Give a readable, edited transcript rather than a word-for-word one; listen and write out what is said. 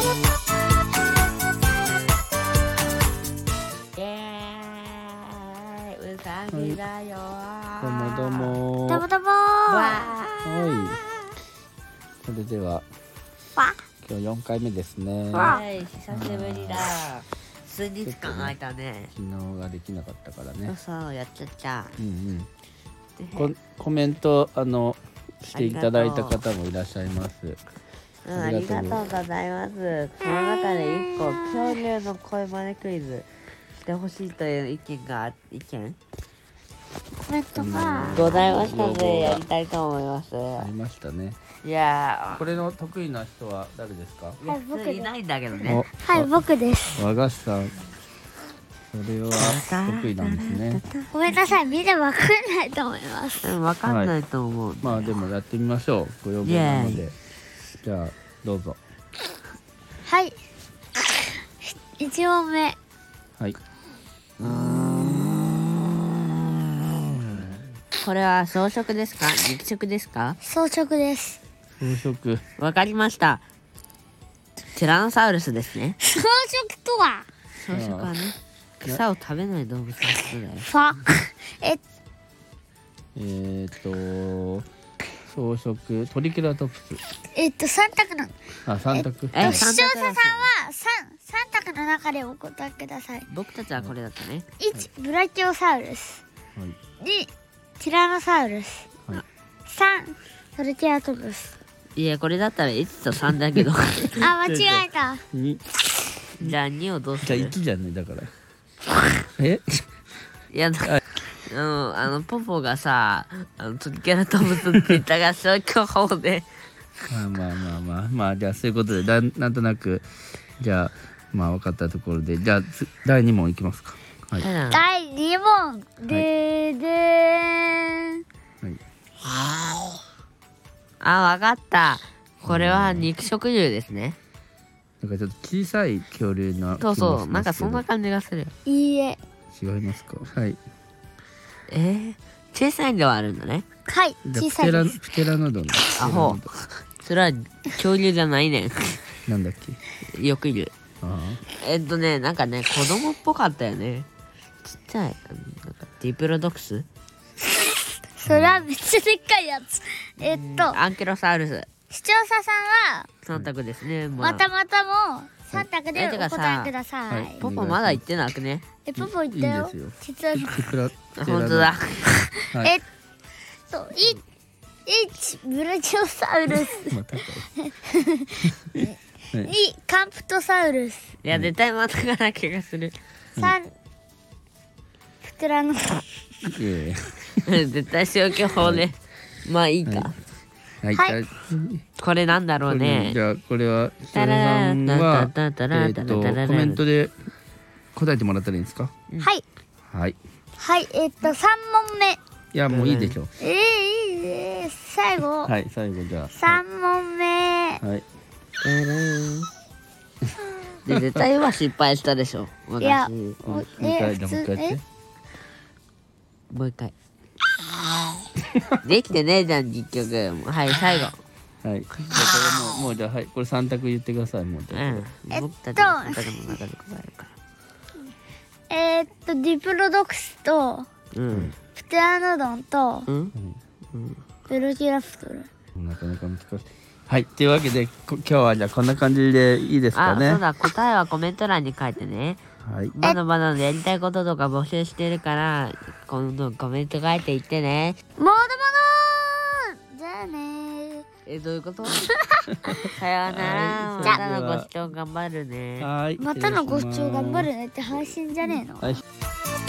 うさぎだよ。 どうもどうも。 どうもどうもはい。それではわ今日4回目ですね。 はい、久しぶりだ。数日間空いたね。 昨日ができなかったからそうね。 そう、やっちゃった。 うんうん。コメントしていただいた方もいらっしゃいます。 ありがとうございます。その中で1個、恐竜の声真似クイズしてほしいという意見コメントがございましたので、やりたいと思います。 ありましたね。 いやこれの得意な人は誰ですか？ ー、 はい僕ですいないんだけどね。 はい僕です和菓子さん。それは得意なんですね。 ごめんなさいみんなわかんないと思いますわかんないと思う。 まあでもやってみましょう。ご要望なので。じゃあどうぞ。 はい1問目はい。 これは草食ですか？肉食ですか？ 草食です朝食。 わかりました。ティラノサウルスですね。 草食とは草食はね、草を食べない動物のことだよ。 ファ草食トリケラトプス。 3択なの 3択。 視聴者さんは三択 3択の中でお答えください。 僕たちはこれだったね。 1ブラキオサウルス、 はい 2ティラノサウルス、 はい 3トリケラトプス。 いや、これだったら1と3だけど。 あ間違えた。 2。 じゃあ2をどうすじゃある？ 1じゃねだからえいや、ポポがさ、トリケラトプスって言ったから消去法で。 まあじゃあそういうことでなんとなくじゃあまあ分かったところでじゃあ第2問いきますか。はいただ第2問でーでーん。 あ、わかった。これは肉食獣ですね。 なんかちょっと小さい恐竜の気もそうそう、 しなんますけどかそんな感じがするよ。 いいえ。 違いますか。はい。 小さいんではあるんだね。 はいじゃ小さいです。 プテラノドン。 アホ。それは恐竜じゃないねなんだっけ。 ん。よくいる。 あなんかね、子供っぽかったよね。ちっちゃい。なんかディプロドクスそれはめっちゃでっかいやつ。 アンキロサウルス。 視聴者さんは 3択ですね。 またまたも3択でおてかさ答えくださはいい。 ポポまだ言ってなくね。 ポポ言ったよいいんですよ。 実はあ本当だ。 はい 1ブラキオサウルス、 またかよ 2カンプトサウルス、 いや、絶対またかな気がする。 3プテラノいやいや絶対消去法で。まあいいか。 はい、 はいじゃこれなんだろあうね。 じゃあこれは視聴者さんはコメントで答えてもらったらいいんですか。 はいはい。 はい3問目。 いやもういいでしょう。 最後、 はい最後じゃあ。 3問目。 はい。 で、絶対今失敗したでしょ。 いや私。 もう一回じゃあもう一回やって。 もう一回。できてねえじゃん、結局。はい、最後。 はい。じゃあこれもうじゃあはいこれ3択言ってくださいもう。 僕たちの答えの中で答えるから。 ディプロドクスとうん。 プテラノドンとうんベロキラプトル。 なかなか難しい。はいというわけで今日はじゃあこんな感じでいいですかあ、 ね。 そうだ、答えはコメント欄に書いてね。 はい。 まだまだやりたいこととか募集してるから、今度コメント書いていってね。 もどものじゃあねどういうことさようなら。 はいまたのご視聴頑張るね。 はい。 またのご視聴頑張るねって配信じゃねえの。 はい。